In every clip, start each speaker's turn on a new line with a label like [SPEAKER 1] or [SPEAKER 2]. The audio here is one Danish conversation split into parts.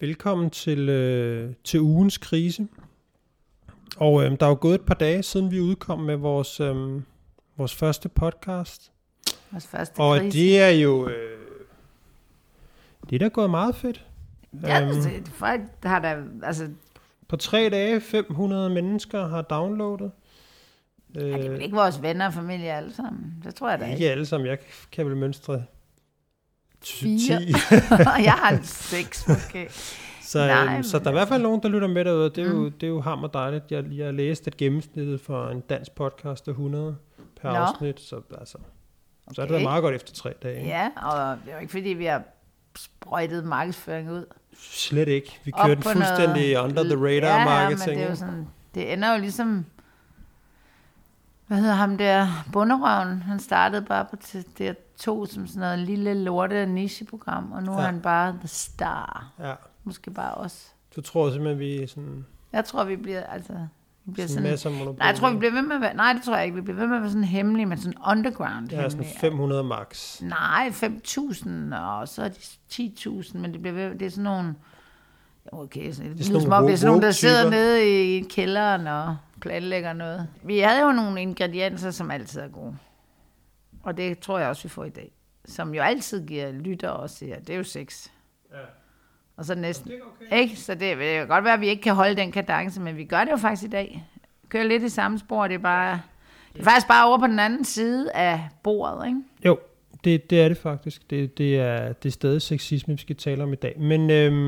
[SPEAKER 1] Velkommen til ugens krise. Og der er jo gået et par dage, siden vi udkom med vores første podcast.
[SPEAKER 2] Vores første
[SPEAKER 1] og
[SPEAKER 2] krise.
[SPEAKER 1] Det er jo... det er da gået meget fedt.
[SPEAKER 2] Ja, folk har da... Altså,
[SPEAKER 1] på 3 dage, 500 mennesker har downloadet.
[SPEAKER 2] det er vel ikke vores venner og familie alle sammen. Det tror jeg da
[SPEAKER 1] ikke. Alle sammen. Jeg kan vel mønstre
[SPEAKER 2] 4. Jeg har 6 måske.
[SPEAKER 1] Så der er i hvert fald nogen, der lytter med derude. Det er jo hammer dejligt. Jeg læste, at gennemsnittet for en dansk podcast er 100 per afsnit. Så så er det da meget godt efter 3 dage. Ikke?
[SPEAKER 2] Ja, og det er jo ikke fordi, vi har sprøjtet markedsføring ud.
[SPEAKER 1] Slet ikke. Vi kørte den fuldstændig under the radar marketing.
[SPEAKER 2] Men det er jo sådan, det ender jo ligesom... Hvad hedder ham der? Bunderøven. Han startede bare på DR2 som sådan noget lille lorte nicheprogram, og nu er han bare the star. Ja. Måske bare os.
[SPEAKER 1] Du tror simpelthen, vi er sådan...
[SPEAKER 2] Jeg tror, vi bliver sådan...
[SPEAKER 1] Nej,
[SPEAKER 2] jeg tror, vi bliver ved med at være... Nej, det tror jeg ikke. Vi bliver ved med at være sådan hemmelige, men sådan underground.
[SPEAKER 1] Ja, sådan 500 max.
[SPEAKER 2] Nej, 5.000, og så er de 10.000, men det bliver ved... Det er sådan nogle... Okay, så det er sådan nogle, der sidder nede i kælderen og planlægger noget. Vi havde jo nogle ingredienser, som altid er gode. Og det tror jeg også, vi får i dag. Som jo altid giver lytter og siger, det er jo sex. Ja. Og så næsten. Okay. Ikke? Så det vil godt være, at vi ikke kan holde den kadence, men vi gør det jo faktisk i dag. Kører lidt i samme spor, det er faktisk bare over på den anden side af bordet, ikke?
[SPEAKER 1] Jo, det er det faktisk. Det er stadig sexisme, vi skal tale om i dag. Men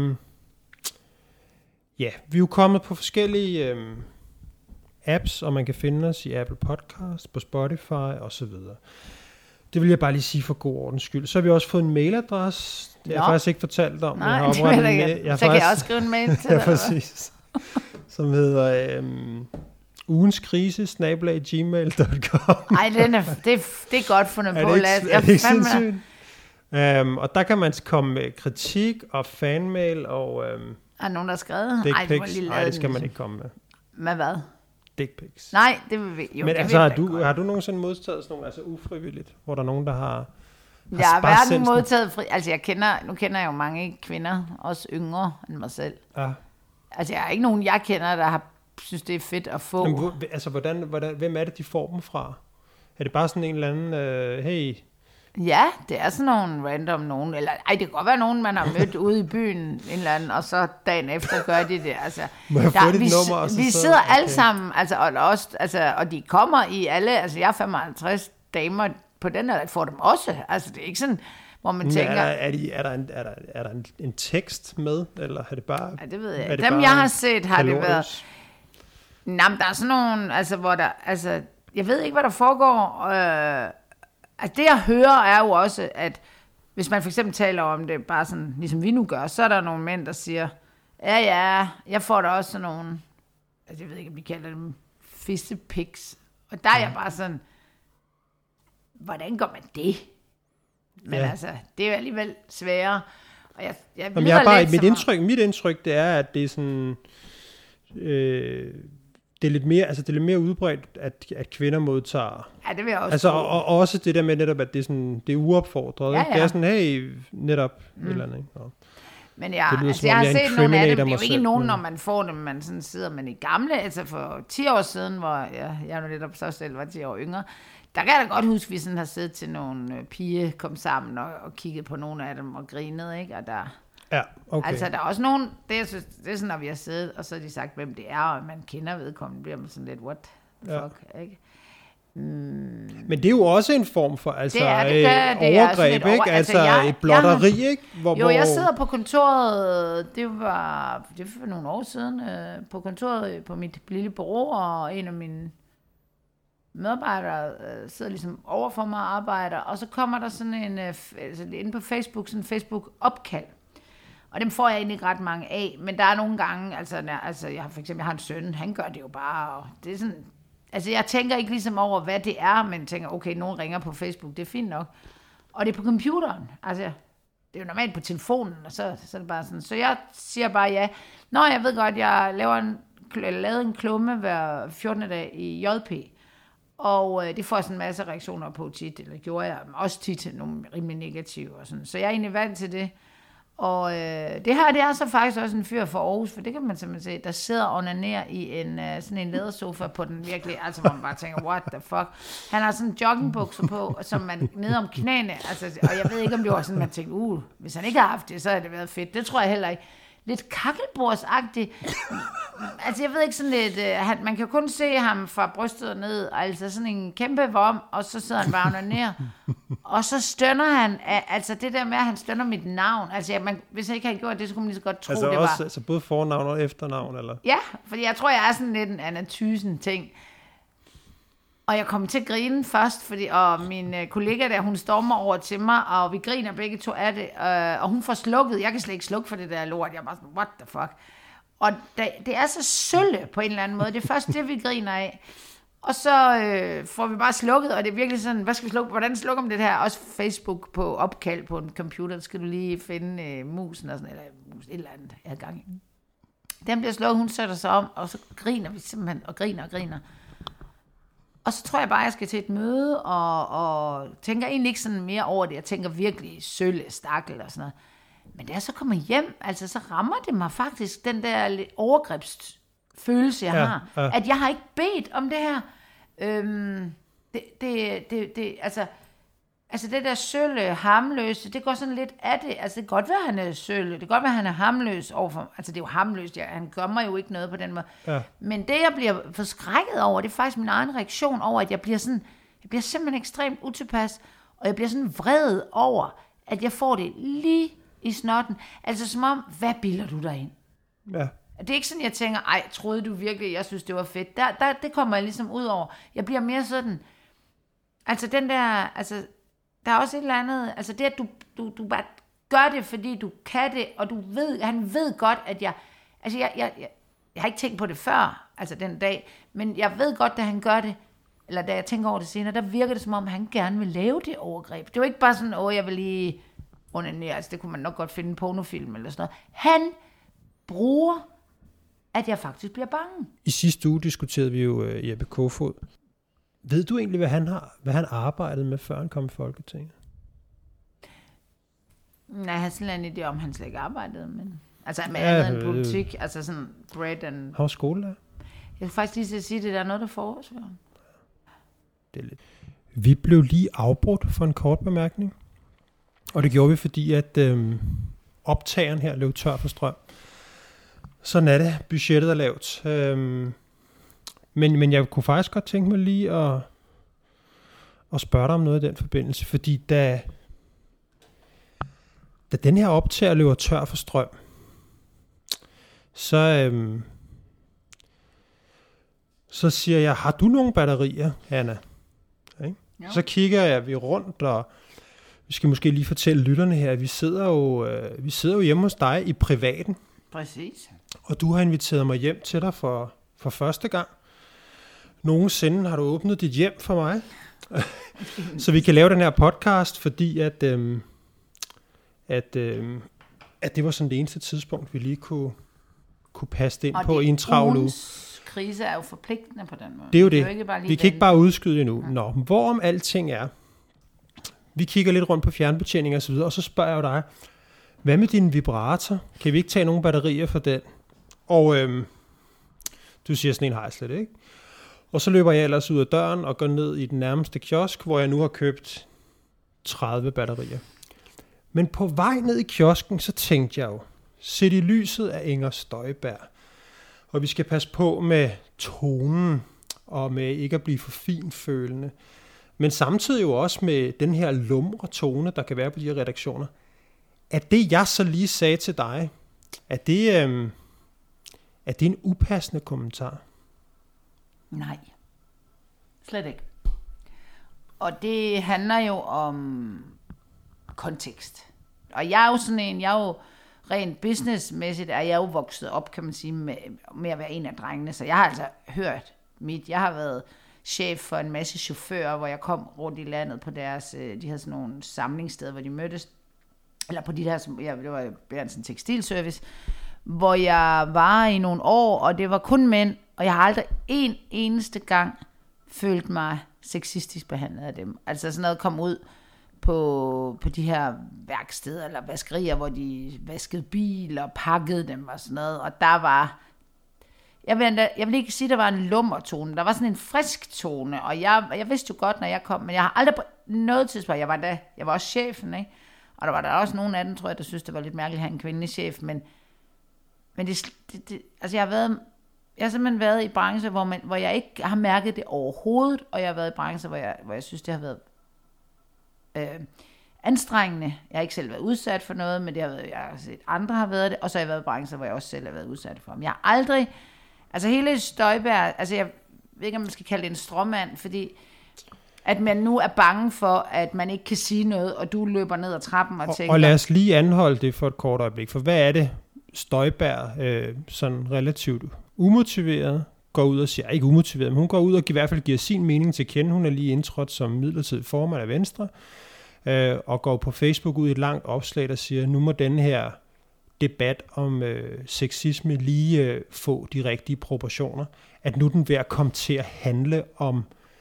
[SPEAKER 1] ja, vi er jo kommet på forskellige apps, og man kan finde os i Apple Podcast, på Spotify og så videre. Det vil jeg bare lige sige for god ordens skyld. Så har vi også fået en mailadresse. Det har jeg faktisk ikke fortalt om.
[SPEAKER 2] Nej, så kan jeg også skrive en mail til dig.
[SPEAKER 1] Ja, præcis. Som hedder ugenskrise@gmail.com.
[SPEAKER 2] Nej, det er godt fundet på, Lasse.
[SPEAKER 1] Er det ikke sindssygt? Og der kan man komme med kritik og fanmail og...
[SPEAKER 2] er nogen, der har skrevet?
[SPEAKER 1] Nej, det skal man ikke komme med.
[SPEAKER 2] Med hvad?
[SPEAKER 1] Dick pics.
[SPEAKER 2] Nej, det vil vi jo.
[SPEAKER 1] Men altså, har du nogensinde modtaget sådan nogle, altså ufrivilligt, hvor der er nogen, der har
[SPEAKER 2] jeg har hverken modtaget fri... Altså, nu kender jeg jo mange kvinder, også yngre end mig selv. Ja. Altså, jeg har ikke nogen, jeg kender, der har synes, det er fedt at få.
[SPEAKER 1] Men, altså, hvem er det, de får dem fra? Er det bare sådan en eller anden, hey...
[SPEAKER 2] Ja, det er sådan nogle random nogen, eller det kan godt være nogen, man har mødt ude i byen, en eller anden, og så dagen efter gør de det. Altså,
[SPEAKER 1] må jeg få dit nummer? Og
[SPEAKER 2] vi sidder alle sammen, og de kommer i alle, altså jeg er 55 damer på den der, får dem også. Altså det er ikke sådan, hvor man tænker...
[SPEAKER 1] Er der en tekst med, eller er det bare...
[SPEAKER 2] Ja, det ved jeg ikke. Dem jeg har set, har det været... Jamen, der er sådan nogle, altså hvor der, altså, jeg ved ikke, hvad der foregår... Altså det jeg hører er jo også, at hvis man for eksempel taler om det, bare sådan, ligesom vi nu gør, så er der nogle mænd, der siger, ja, jeg får da også sådan nogle, altså jeg ved ikke, om vi kalder dem fissepics. Og der er jeg bare sådan, hvordan gør man det? Men altså, det er jo alligevel sværere. Og
[SPEAKER 1] mit indtryk, det er, at det er sådan... Det er lidt mere udbredt, at kvinder modtager.
[SPEAKER 2] Ja, det vil jeg også.
[SPEAKER 1] Altså, og også det der med netop, at det er sådan, det er uopfordret. Ja. Det er sådan, hey, netop et eller andet. Ikke?
[SPEAKER 2] Men jeg har set nogle af dem. Det er jo ikke nogen, når man får dem, man sådan sidder, men i gamle, altså for 10 år siden, hvor jeg nu netop så selv var 10 år yngre, der kan jeg da godt huske, at vi sådan har siddet til nogle piger, kom sammen og kigget på nogle af dem og grinet, ikke? Og der...
[SPEAKER 1] Ja, okay.
[SPEAKER 2] Altså, der er også nogen, det er sådan, når vi har siddet, og så har de sagt, hvem det er, og man kender vedkommende, bliver man sådan lidt, what the fuck, ikke?
[SPEAKER 1] Men det er jo også en form for overgreb, ikke? Altså et blotteri, ikke?
[SPEAKER 2] Jeg sidder på kontoret, det var for nogle år siden, på kontoret på mit lille bureau, og en af mine medarbejdere sidder ligesom over for mig og arbejder, og så kommer der sådan en, inde på Facebook, sådan en Facebook-opkald. Og dem får jeg egentlig ikke ret mange af, men der er nogle gange, jeg har en søn, han gør det jo bare, og det er sådan, altså jeg tænker ikke ligesom over, hvad det er, men tænker, okay, nogen ringer på Facebook, det er fint nok. Og det er på computeren, altså det er jo normalt på telefonen, og så er det bare sådan, så jeg siger bare ja. Nå, jeg ved godt, jeg lavede en klumme hver 14. dag i JP, og det får jeg sådan en masse reaktioner på tit, eller gjorde jeg også tit, nogle rimelig negative og sådan, så jeg er egentlig vant til det. Og det her, det er så faktisk også en fyr fra Aarhus, for det kan man simpelthen se, der sidder og onanerer i en sådan en lædersofa på den virkelig, altså hvor man bare tænker, what the fuck. Han har sådan joggingbukser på, som man nede om knæene, altså, og jeg ved ikke, om det var sådan, man tænkte, hvis han ikke har haft det, så havde det været fedt. Det tror jeg heller ikke. Lidt kakkelbordsagtigt. Altså, jeg ved ikke sådan lidt... man kan kun se ham fra brystet og ned, altså sådan en kæmpe vom, og så sidder han bare ned. Og så stønner han... Altså, det der med, at han stønner mit navn. Altså, hvis jeg ikke havde gjort det, så kunne man lige så godt tro,
[SPEAKER 1] altså
[SPEAKER 2] det
[SPEAKER 1] også,
[SPEAKER 2] var...
[SPEAKER 1] Altså, både fornavn og efternavn, eller?
[SPEAKER 2] Ja, fordi jeg tror, jeg er sådan lidt en Anna Thyssen-ting. Og jeg kom til at grine først, og min kollega der, hun stormer over til mig, og vi griner begge to af det, og hun får slukket. Jeg kan slet ikke slukke for det der lort. Jeg er bare sådan, what the fuck? Og det er så sølle på en eller anden måde. Det er først det, vi griner af. Og så får vi bare slukket, og det er virkelig sådan, hvad skal vi slukke? Hvordan slukker man det her? Også Facebook på opkald på en computer, skal du lige finde musen og sådan, eller et eller andet adgang. Den bliver slukket, hun sætter sig om, og så griner vi simpelthen, og griner. Og så tror jeg bare, jeg skal til et møde, og tænker egentlig ikke sådan mere over det. Jeg tænker virkelig sølle, stakkel og sådan noget. Men da jeg så kommer hjem, altså så rammer det mig faktisk, den der overgrebsfølelse, jeg har. Ja. At jeg har ikke bedt om det her. Altså det der sølle, harmløse, det går sådan lidt af det. Altså det kan godt være, han er sølle, det kan godt være, han er harmløs overfor. Altså det er jo harmløst, han gør mig jo ikke noget på den måde. Ja. Men det, jeg bliver forskrækket over, det er faktisk min egen reaktion over, at jeg bliver simpelthen ekstremt utilpas, og jeg bliver sådan vred over, at jeg får det lige i snotten. Altså som om, hvad bilder du dig ind? Ja. Det er ikke sådan, jeg tænker, troede du virkelig, jeg synes, det var fedt. Det kommer jeg ligesom ud over. Jeg bliver mere sådan, altså den der, altså, der er også et eller andet, altså det, at du bare gør det, fordi du kan det, og han ved godt, at jeg har ikke tænkt på det før, altså den dag, men jeg ved godt, da han gør det, eller da jeg tænker over det senere, der virker det som om, han gerne vil lave det overgreb. Det er jo ikke bare sådan, jeg vil lige onanere, altså det kunne man nok godt finde en pornofilm eller sådan noget. Han bruger, at jeg faktisk bliver bange.
[SPEAKER 1] I sidste uge diskuterede vi jo Jeppe Kofod. Ved du egentlig, hvad han arbejdede med, før han kom i Folketinget?
[SPEAKER 2] Nej, jeg har sådan en idé om, han slet ikke arbejdede med. Altså med andet end politik, altså sådan bread and...
[SPEAKER 1] Han var skolelærer.
[SPEAKER 2] Jeg vil faktisk lige sige, at det er noget, der forårsfører.
[SPEAKER 1] Det er lidt. Vi blev lige afbrudt for en kort bemærkning. Og det gjorde vi, fordi at optageren her løb tør for strøm. Sådan er det. Budgettet er lavt. Men jeg kunne faktisk godt tænke mig lige at spørge dig om noget i den forbindelse. Fordi da den her optager løber tør for strøm, så siger jeg, har du nogle batterier, Anna? Okay. Så kigger vi rundt, og vi skal måske lige fortælle lytterne her, at vi sidder jo hjemme hos dig i privaten.
[SPEAKER 2] Præcis.
[SPEAKER 1] Og du har inviteret mig hjem til dig for første gang. Nogensinde har du åbnet dit hjem for mig, så vi kan lave den her podcast, fordi at det var sådan det eneste tidspunkt, vi lige kunne passe det ind på i en travl uge.
[SPEAKER 2] Krise er jo forpligtende på den måde.
[SPEAKER 1] Det er jo det. Vi kan ikke bare udskyde endnu. Ja. Nå, hvorom alting er. Vi kigger lidt rundt på fjernbetjening og så videre, og så spørger jeg jo dig, hvad med din vibrator? Kan vi ikke tage nogle batterier for den? Og du siger, sådan en har jeg slet ikke. Og så løber jeg ellers ud af døren og går ned i den nærmeste kiosk, hvor jeg nu har købt 30 batterier. Men på vej ned i kiosken, så tænkte jeg jo, sæt i lyset af Inger Støjberg. Og vi skal passe på med tonen, og med ikke at blive for finfølende. Men samtidig jo også med den her lumre tone, der kan være på de her redaktioner. At det, jeg så lige sagde til dig, er det en upassende kommentar?
[SPEAKER 2] Nej, slet ikke. Og det handler jo om kontekst. Og jeg er jo sådan en, rent businessmæssigt er jeg jo vokset op, kan man sige, med at være en af drengene. Så jeg har altså hørt jeg har været chef for en masse chauffører, hvor jeg kom rundt i landet på deres, de havde sådan nogle samlingssteder, hvor de mødtes, eller på de der, det var Berntsen Tekstilservice, hvor jeg var i nogle år, og det var kun mænd, og jeg har aldrig en eneste gang følt mig sexistisk behandlet af dem. Altså sådan noget kom ud på de her værksteder eller vaskerier, hvor de vaskede biler og pakkede dem og sådan noget. Og der var, jeg vil ikke sige, der var en lummertone. Der var sådan en frisk tone, og jeg vidste jo godt, når jeg kom, men jeg har aldrig på noget tidspunkt, jeg var også chefen, ikke? Og der var der også nogle af dem, tror jeg, der synes, det var lidt mærkeligt at have en kvindelig chef, men altså jeg har simpelthen været i brancher, hvor jeg ikke har mærket det overhovedet, og jeg har været i brancher, hvor jeg synes, det har været anstrengende. Jeg har ikke selv været udsat for noget, men jeg har set andre har været det, og så har jeg været i brancher, hvor jeg også selv har været udsat for dem. Jeg har aldrig, altså hele Støjberg, altså jeg ved ikke, om man skal kalde det en stråmand, fordi at man nu er bange for, at man ikke kan sige noget, og du løber ned ad trappen og tænker...
[SPEAKER 1] Og lad os lige anholde det for et kort øjeblik, for hvad er det, Støjberg sådan relativt umotiveret går ud og siger, ikke umotiveret, men hun går ud og i hvert fald giver sin mening til kende. Hun er lige indtrådt som midlertidig formand af Venstre, og går på Facebook ud i et langt opslag, der siger, nu må den her debat om sexisme lige få de rigtige proportioner, at nu er den ved at komme til at handle om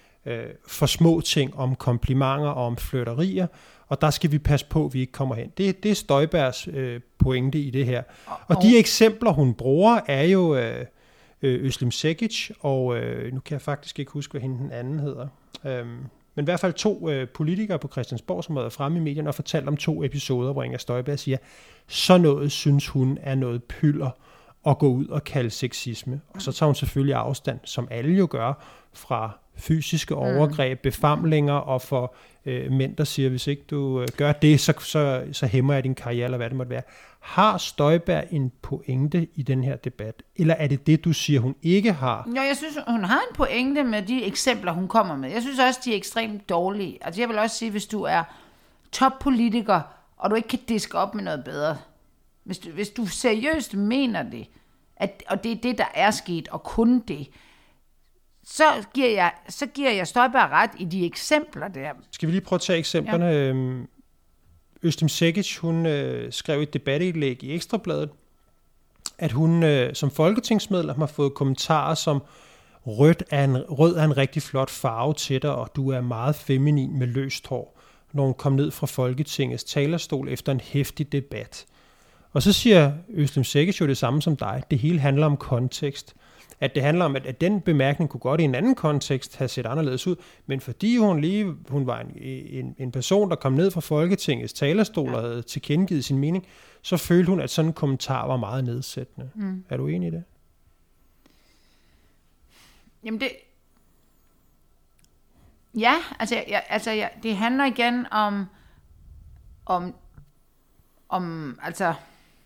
[SPEAKER 1] for små ting, om komplimenter og om flirterier, og der skal vi passe på, at vi ikke kommer hen. Det er Støjbergs pointe i det her. Og de eksempler, hun bruger, er jo Özlem Cekic, og nu kan jeg faktisk ikke huske, hvad hende den anden hedder. Men i hvert fald 2 politikere på Christiansborg, som har været fremme i medierne og fortalt om 2 episoder, hvor Inger Støjberg siger, så noget synes hun er noget pylder at gå ud og kalde sexisme. Og så tager hun selvfølgelig afstand, som alle jo gør, fra fysiske overgreb, befamlinger og for mænd, der siger, hvis ikke du gør det, så hæmmer jeg din karriere, eller hvad det måtte være. Har Støjberg en pointe i den her debat? Eller er det, du siger, hun ikke har?
[SPEAKER 2] Jo, jeg synes, hun har en pointe med de eksempler, hun kommer med. Jeg synes også, de er ekstremt dårlige. Altså, jeg vil også sige, hvis du er toppolitiker, og du ikke kan diske op med noget bedre. Hvis du seriøst mener det, og det er det, der er sket, og kun det, så giver jeg Støjberg ret i de eksempler der.
[SPEAKER 1] Skal vi lige prøve at tage eksemplerne? Ja. Özlem Cekic, hun skrev et debatindlæg i Ekstrabladet, at hun som folketingsmedlem har fået kommentarer som, rød er en rigtig flot farve til dig, og du er meget feminin med løst hår, når hun kom ned fra Folketingets talerstol efter en heftig debat. Og så siger Özlem Cekic jo det samme som dig. Det hele handler om kontekst. At det handler om, at den bemærkning kunne godt i en anden kontekst have set anderledes ud, men fordi hun var en person, der kom ned fra Folketingets talerstol og havde tilkendegivet sin mening, så følte hun, at sådan en kommentar var meget nedsættende. Er du enig i det?
[SPEAKER 2] Jamen det... Ja, altså det handler igen om altså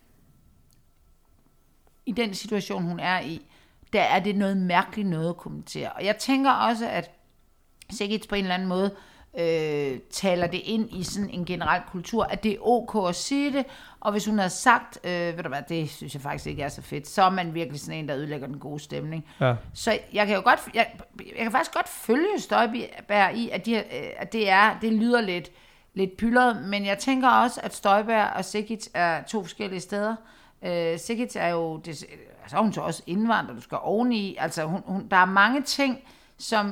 [SPEAKER 2] i den situation, hun er i, der er det noget mærkeligt noget at kommentere. Og jeg tænker også, at Cekic på en eller anden måde taler det ind i sådan en generel kultur, at det er ok at sige det, og hvis hun havde sagt, ved du hvad, det synes jeg faktisk ikke er så fedt, så er man virkelig sådan en, der ødelægger den gode stemning. Ja. Så jeg kan faktisk godt følge Støjberg i, at det lyder lidt pyldret, men jeg tænker også, at Støjberg og Cekic er 2 forskellige steder. Cekic er jo, så er hun så også indvandrer, du skal oveni, altså der er mange ting, som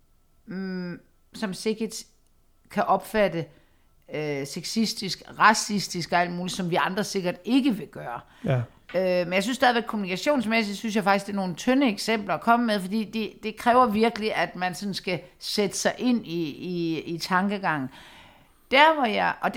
[SPEAKER 2] Cekic kan opfatte sexistisk, racistisk og alt muligt, som vi andre sikkert ikke vil gøre. Ja. Men jeg synes stadigvæk kommunikationsmæssigt, synes jeg faktisk, det er nogle tynde eksempler at komme med, fordi det kræver virkelig, at man sådan skal sætte sig ind i tankegangen. Der hvor jeg, og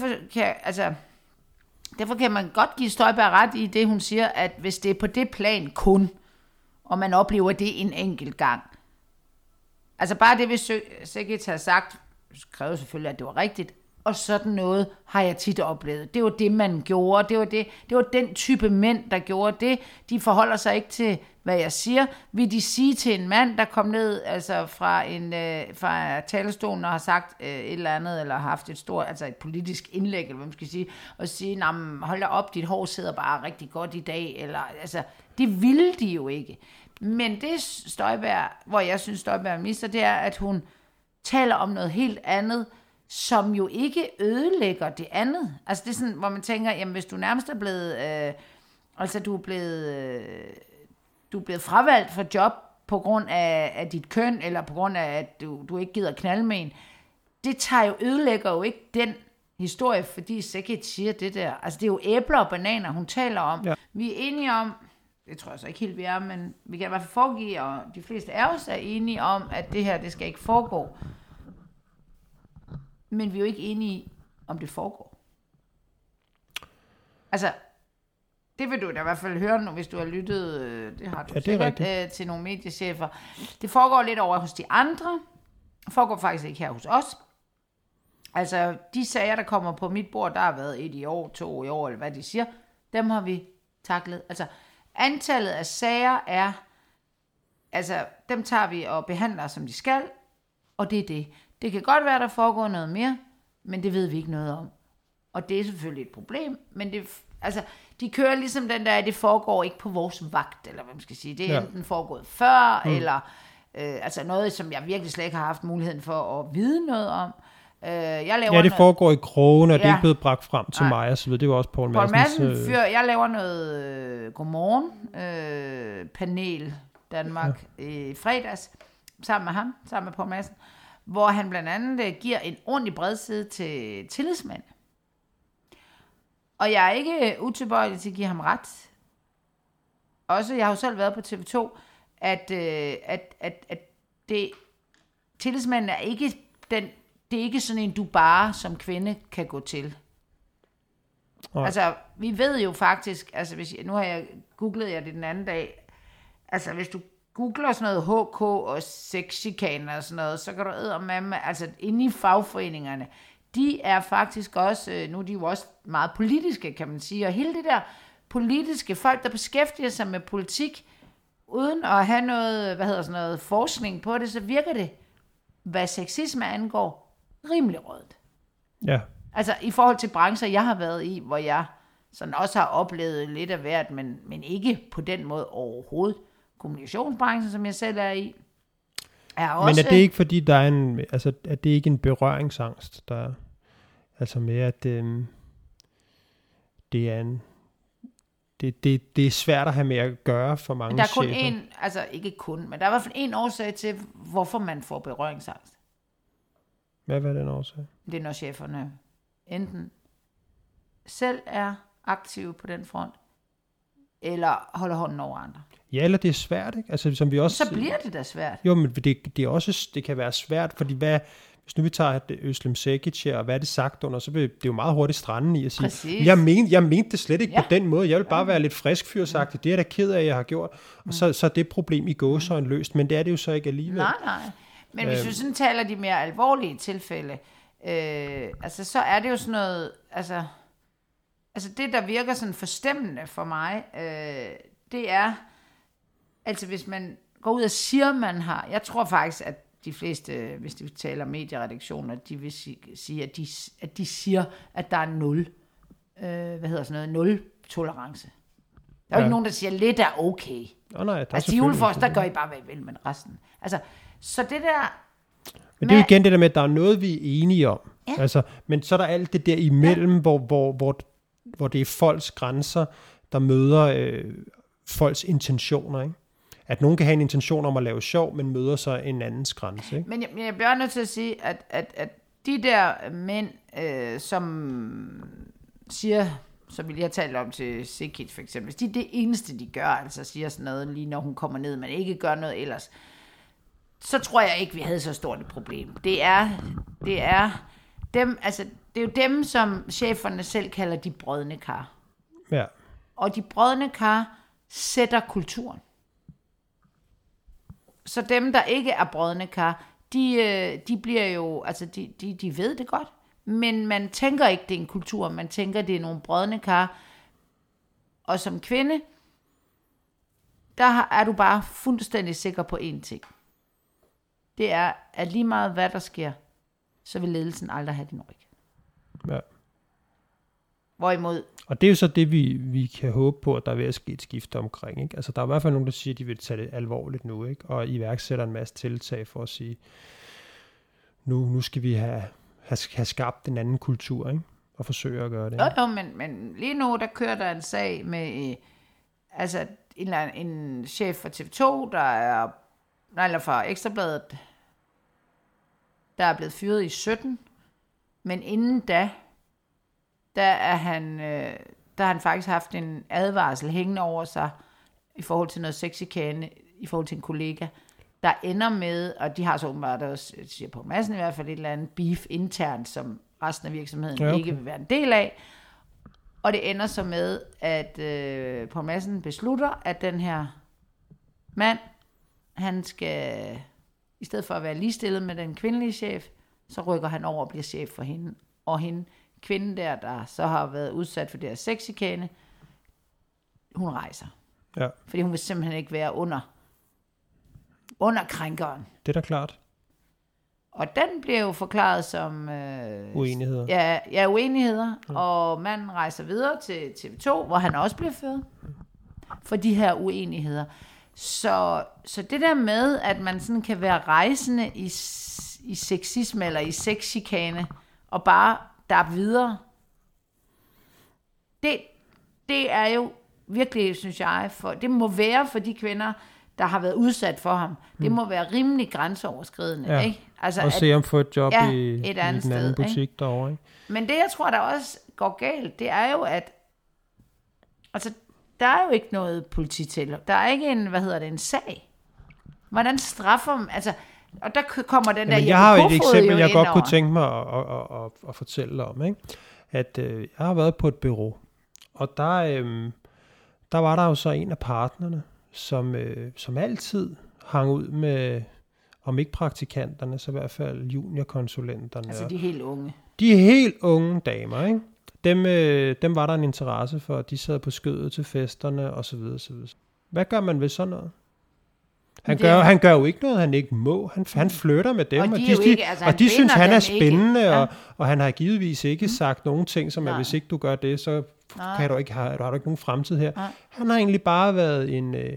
[SPEAKER 2] derfor kan man godt give Støjberg ret i det, hun siger, at hvis det er på det plan kun, og man oplever det en enkelt gang, altså bare det, hvis Cekic har sagt, kræver selvfølgelig, at det var rigtigt, og sådan noget har jeg tit oplevet. Det var det, man gjorde. Det var den type mænd, der gjorde det. De forholder sig ikke til, hvad jeg siger. Vil de sige til en mand, der kom ned altså fra talerstolen og har sagt et eller andet, eller har haft et politisk indlæg, eller hvad man skal sige, og sige, hold da op, dit hår sidder bare rigtig godt i dag, eller altså, det ville de jo ikke. Men det Støjberg, hvor jeg synes Støjberg mister, det er, at hun taler om noget helt andet, som jo ikke ødelægger det andet. Altså det er sådan, hvor man tænker, jamen hvis du nærmest er blevet, du er blevet fravalgt fra job på grund af dit køn, eller på grund af, at du ikke gider knalde med en, det ødelægger jo ikke den historie, fordi Cekic siger det der. Altså, det er jo æbler og bananer, hun taler om. Ja. Vi er enige om, det tror jeg så ikke helt, vi er, men vi kan i hvert fald foregive, og de fleste af os er enige om, at det her, det skal ikke foregå. Men vi er jo ikke enige om det foregår. Altså, det vil du da i hvert fald høre nu, hvis du har lyttet, det har du sikkert, til nogle mediechefer. Det foregår lidt over hos de andre. Det foregår faktisk ikke her hos os. Altså, de sager, der kommer på mit bord, der har været 1 i år, 2 i år, eller hvad de siger, dem har vi taklet. Altså, antallet af sager er, altså, dem tager vi og behandler, som de skal, og det er det. Det kan godt være, der foregår noget mere, men det ved vi ikke noget om. Og det er selvfølgelig et problem, men det, altså, de kører ligesom den der, at det foregår ikke på vores vagt, eller hvad man skal sige. Det er enten foregået før, eller altså noget, som jeg virkelig slet ikke har haft muligheden for at vide noget om. Jeg laver
[SPEAKER 1] det foregår i krogen, og det er ikke blevet bragt frem til mig, og så videre. Det var også Poul Madsen.
[SPEAKER 2] Jeg laver noget Godmorgen panel Danmark i fredags, sammen med ham, sammen med Poul Madsen, hvor han blandt andet giver en ordentlig bredside til tillidsmænd. Og jeg er ikke utilbøjelig til at give ham ret. Også, jeg har jo selv været på TV2, at det tillidsmanden er ikke det er ikke sådan en, du bare som kvinde kan gå til. Okay. Altså, vi ved jo faktisk, altså nu har jeg googlet det den anden dag, altså hvis du googler sådan noget HK og sexchikane og sådan noget, så kan du eddermame, altså inde i fagforeningerne, de er faktisk også, nu er de jo også meget politiske, kan man sige, og hele det der politiske folk, der beskæftiger sig med politik, uden at have noget, forskning på det, så virker det, hvad sexisme angår, rimelig rødt.
[SPEAKER 1] Ja.
[SPEAKER 2] Altså i forhold til brancher, jeg har været i, hvor jeg sådan også har oplevet lidt af hvert, men ikke på den måde overhovedet. Kommunikationsbranchen, som jeg selv er i, er også...
[SPEAKER 1] Men er det ikke fordi, der er at det ikke en berøringsangst, der er, altså med, at det er en... Det er svært at have med at gøre for mange chefer.
[SPEAKER 2] Der er kun en, altså ikke kun, men der er i hvert fald en årsag til, hvorfor man får berøringsangst.
[SPEAKER 1] Hvad er den årsag?
[SPEAKER 2] Det er, når cheferne enten selv er aktive på den front, eller holder hånden over andre.
[SPEAKER 1] Ja, eller det er svært, ikke? Altså, som vi også,
[SPEAKER 2] så bliver det da svært.
[SPEAKER 1] Jo, men det kan være svært, fordi hvis nu vi tager Özlem Cekic her, og hvad er det sagt under, så vil det jo meget hurtigt stranden i at sige,
[SPEAKER 2] præcis.
[SPEAKER 1] Jeg mente det slet ikke på den måde, jeg vil bare være lidt friskfyrsagtig, det er da ked af, jeg har gjort, og så er det problem i gåseøjne løst, men det er det jo så ikke alligevel.
[SPEAKER 2] Nej. Men hvis vi sådan taler de mere alvorlige tilfælde, altså så er det jo sådan noget, altså det, der virker sådan forstemmende for mig, det er, altså hvis man går ud og siger, man har, jeg tror faktisk, at de fleste, hvis de taler medieredaktioner, de vil sige, at de siger, at der er nul tolerance. Der er jo ikke nogen, der siger, lidt er okay.
[SPEAKER 1] Nej,
[SPEAKER 2] altså julefrost, der gør I bare, hvad I vil, men resten. Altså, så det der...
[SPEAKER 1] Men det er jo igen det der med, at der er noget, vi er enige om. Ja. Altså, men så er der alt det der imellem, hvor det er folks grænser, der møder folks intentioner, ikke? At nogen kan have en intention om at lave sjov, men møder så en andens grænse, ikke?
[SPEAKER 2] Men jeg bliver nødt til at sige, at de der mænd, som siger, som vi lige har talt om til Cekic for eksempel, hvis de det eneste, de gør, altså siger sådan noget, lige når hun kommer ned, men ikke gør noget ellers, så tror jeg ikke, vi havde så stort et problem. Det er dem, altså det er jo dem, som cheferne selv kalder de brodne kar.
[SPEAKER 1] Ja.
[SPEAKER 2] Og de brodne kar sætter kulturen. Så dem, der ikke er brodne kar, de bliver jo, altså de ved det godt, men man tænker ikke, det er en kultur, man tænker, det er nogle brodne kar. Og som kvinde, der er du bare fuldstændig sikker på én ting. Det er, at lige meget hvad der sker, så vil ledelsen aldrig have din ryg.
[SPEAKER 1] Ja.
[SPEAKER 2] Hvorimod...
[SPEAKER 1] Og det er jo så det, vi kan håbe på, at der er ved at ske et skifte omkring, ikke? Altså, der er i hvert fald nogen, der siger, at de vil tage det alvorligt nu, ikke? Og iværksætter en masse tiltag for at sige, nu skal vi have skabt en anden kultur, ikke? Og forsøge at gøre det.
[SPEAKER 2] Jo, men lige nu, der kører der en sag med, altså en chef for TV2, der er, eller fra Ekstrabladet, der er blevet fyret i 17. Men inden da er han, der har han faktisk haft en advarsel hængende over sig i forhold til noget sexchikane, i forhold til en kollega, der ender med, og de har så åbenbart også, siger på massen i hvert fald, et eller andet beef internt, som resten af virksomheden ikke vil være en del af. Og det ender så med, at på massen beslutter, at den her mand, han skal, i stedet for at være ligestillet med den kvindelige chef, så rykker han over og bliver chef for hende. Og hende, kvinden der så har været udsat for det her sexchikane, hun rejser. Ja. Fordi hun vil simpelthen ikke være under krænkeren.
[SPEAKER 1] Det er da klart.
[SPEAKER 2] Og den bliver jo forklaret som
[SPEAKER 1] uenigheder.
[SPEAKER 2] Ja, uenigheder. Ja. Og manden rejser videre til TV2, hvor han også bliver fyret for de her uenigheder. Så det der med, at man sådan kan være rejsende i sexisme eller i sexchikane, og bare derop videre, det er jo virkelig, synes jeg, det må være for de kvinder, der har været udsat for ham. Det må være rimelig grænseoverskridende. Ikke?
[SPEAKER 1] Altså, og se ham få et job i en anden butik ikke? Derovre. Ikke?
[SPEAKER 2] Men det, jeg tror, der også går galt, det er jo, at altså, der er jo ikke noget politi til. Der er ikke en sag. Hvordan straffer man? Altså, og der kommer den der...
[SPEAKER 1] Jeg har jo et eksempel, jeg godt kunne tænke mig at fortælle om. Ikke? At jeg har været på et bureau, og der var der jo så en af partnerne, som altid hang ud med, om ikke praktikanterne, så i hvert fald juniorkonsulenterne.
[SPEAKER 2] Altså de helt unge.
[SPEAKER 1] De helt unge damer, ikke? Dem var der en interesse for, de sad på skødet til festerne, og så videre, så videre. Hvad gør man ved sådan noget? Han gør jo ikke noget, han ikke må. Han flytter med dem, og de synes, han er spændende, ja. og han har givetvis ikke sagt nogen ting, som at hvis ikke du gør det, så har du ikke nogen fremtid her. Nej. Han har egentlig bare været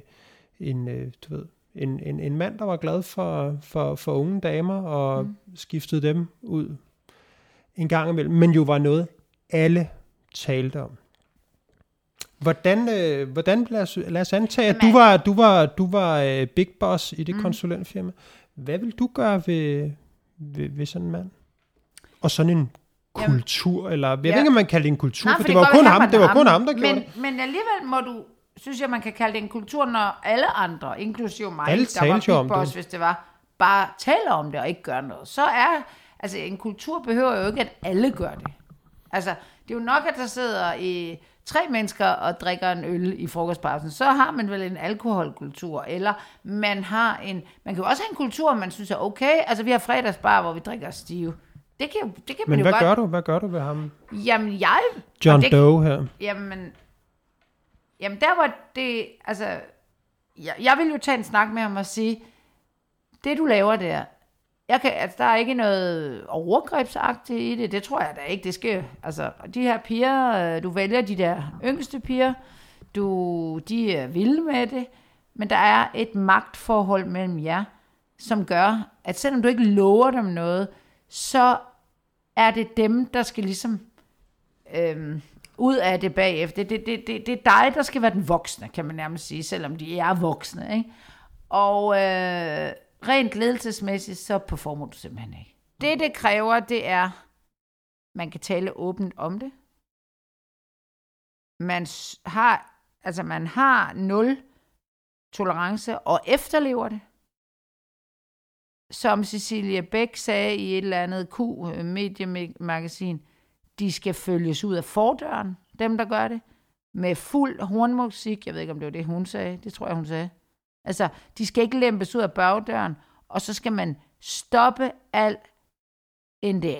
[SPEAKER 1] en mand, der var glad for unge damer, og skiftede dem ud en gang imellem, men jo var noget, alle talte om. Hvordan lad os antage, at du var big boss i det konsulentfirma. Hvad vil du gøre ved sådan en mand? Og sådan en kultur, eller jeg ved ikke, om man kalder det en kultur, for det var kun ham, der gjorde det.
[SPEAKER 2] Men alligevel synes jeg, man kan kalde det en kultur, når alle andre, inklusive mig,
[SPEAKER 1] alle
[SPEAKER 2] der var big boss, hvis det var, bare taler om det og ikke gør noget. Så altså en kultur behøver jo ikke, at alle gør det. Altså, det er jo nok, at der sidder 3 mennesker og drikker en øl i frokostpausen, så har man vel en alkoholkultur, eller man kan jo også have en kultur, man synes er okay. Altså, vi har fredagsbar, hvor vi drikker stive. Det kan man jo godt.
[SPEAKER 1] Hvad gør du ved ham?
[SPEAKER 2] Jamen,
[SPEAKER 1] John Doe her.
[SPEAKER 2] Jamen, der var det, altså, jeg vil jo tage en snak med ham og sige, det du laver der, der er ikke noget overgrebsagtigt i det. Det tror jeg da ikke. Det sker. Altså, de her piger, du vælger de der yngste piger, de er vilde med det, men der er et magtforhold mellem jer, som gør, at selvom du ikke lover dem noget, så er det dem, der skal ligesom ud af det bagefter. Det er dig, der skal være den voksne, kan man nærmest sige, selvom de er voksne. Ikke? Og rent ledelsesmæssigt, så performer du simpelthen ikke. Det kræver, det er, man kan tale åbent om det. Man har 0 tolerance og efterlever det. Som Cecilia Bæk sagde i et eller andet Q-mediemagasin, de skal følges ud af fordøren, dem der gør det, med fuld hornmusik. Jeg ved ikke, om det var det, hun sagde. Det tror jeg, hun sagde. Altså, de skal ikke lempes ud af bagdøren, og så skal man stoppe al NDA.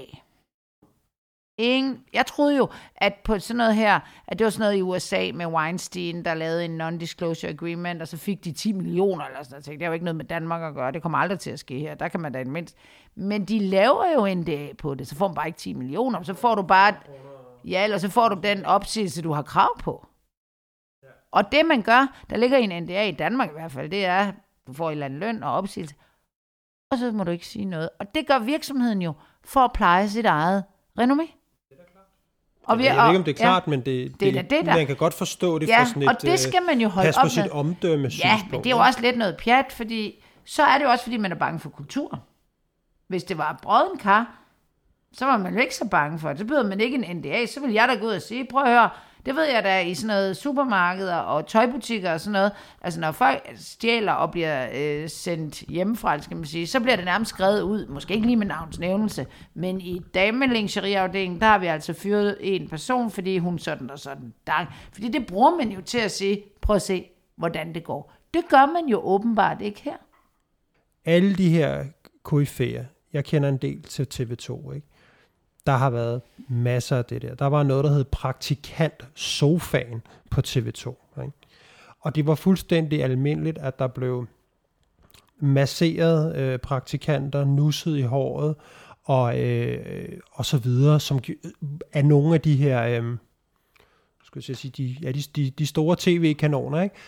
[SPEAKER 2] Jeg troede jo, at på sådan noget her, at det var sådan noget i USA med Weinstein, der lavede en non-disclosure agreement, og så fik de 10 millioner eller sådan noget. Det er jo ikke noget med Danmark at gøre, det kommer aldrig til at ske her, der kan man da mindst. Men de laver jo NDA på det, så får man bare ikke 10 millioner, så får du bare, eller så får du den opsigelse, du har krav på. Og det man gør, der ligger i en NDA i Danmark i hvert fald, det er, du får en eller anden løn og opsigelse, og så må du ikke sige noget. Og det gør virksomheden jo for at pleje sit eget renommé.
[SPEAKER 1] Jeg ved ikke, om det er klart, men man kan godt forstå det fra sådan et
[SPEAKER 2] og det skal man jo holde
[SPEAKER 1] pas på sit omdømme.
[SPEAKER 2] Ja, men det er jo også lidt noget pjat, fordi så er det jo også, fordi man er bange for kulturen. Hvis det var brøden kar, så var man jo ikke så bange for det. Så behøvede man ikke en NDA. Så ville jeg da gå ud og sige, prøv at høre, det ved jeg da i sådan noget supermarkeder og tøjbutikker og sådan noget. Altså når folk stjæler og bliver sendt hjemmefra, skal man sige, så bliver det nærmest skrevet ud. Måske ikke lige med navnsnævnelse, men i damelingeriafdelingen, der har vi altså fyret en person, fordi hun sådan og sådan. Fordi det bruger man jo til at sige, prøv at se, hvordan det går. Det gør man jo åbenbart ikke her.
[SPEAKER 1] Alle de her koryfæer, jeg kender en del til TV2, ikke? Der har været masser af det der. Der var noget, der hed praktikant sofaen på TV2. Ikke? Og det var fuldstændig almindeligt, at der blev masseret praktikanter, nusset i håret, og så videre, som er nogle af de her, skal jeg sige, de store tv-kanoner, ikke?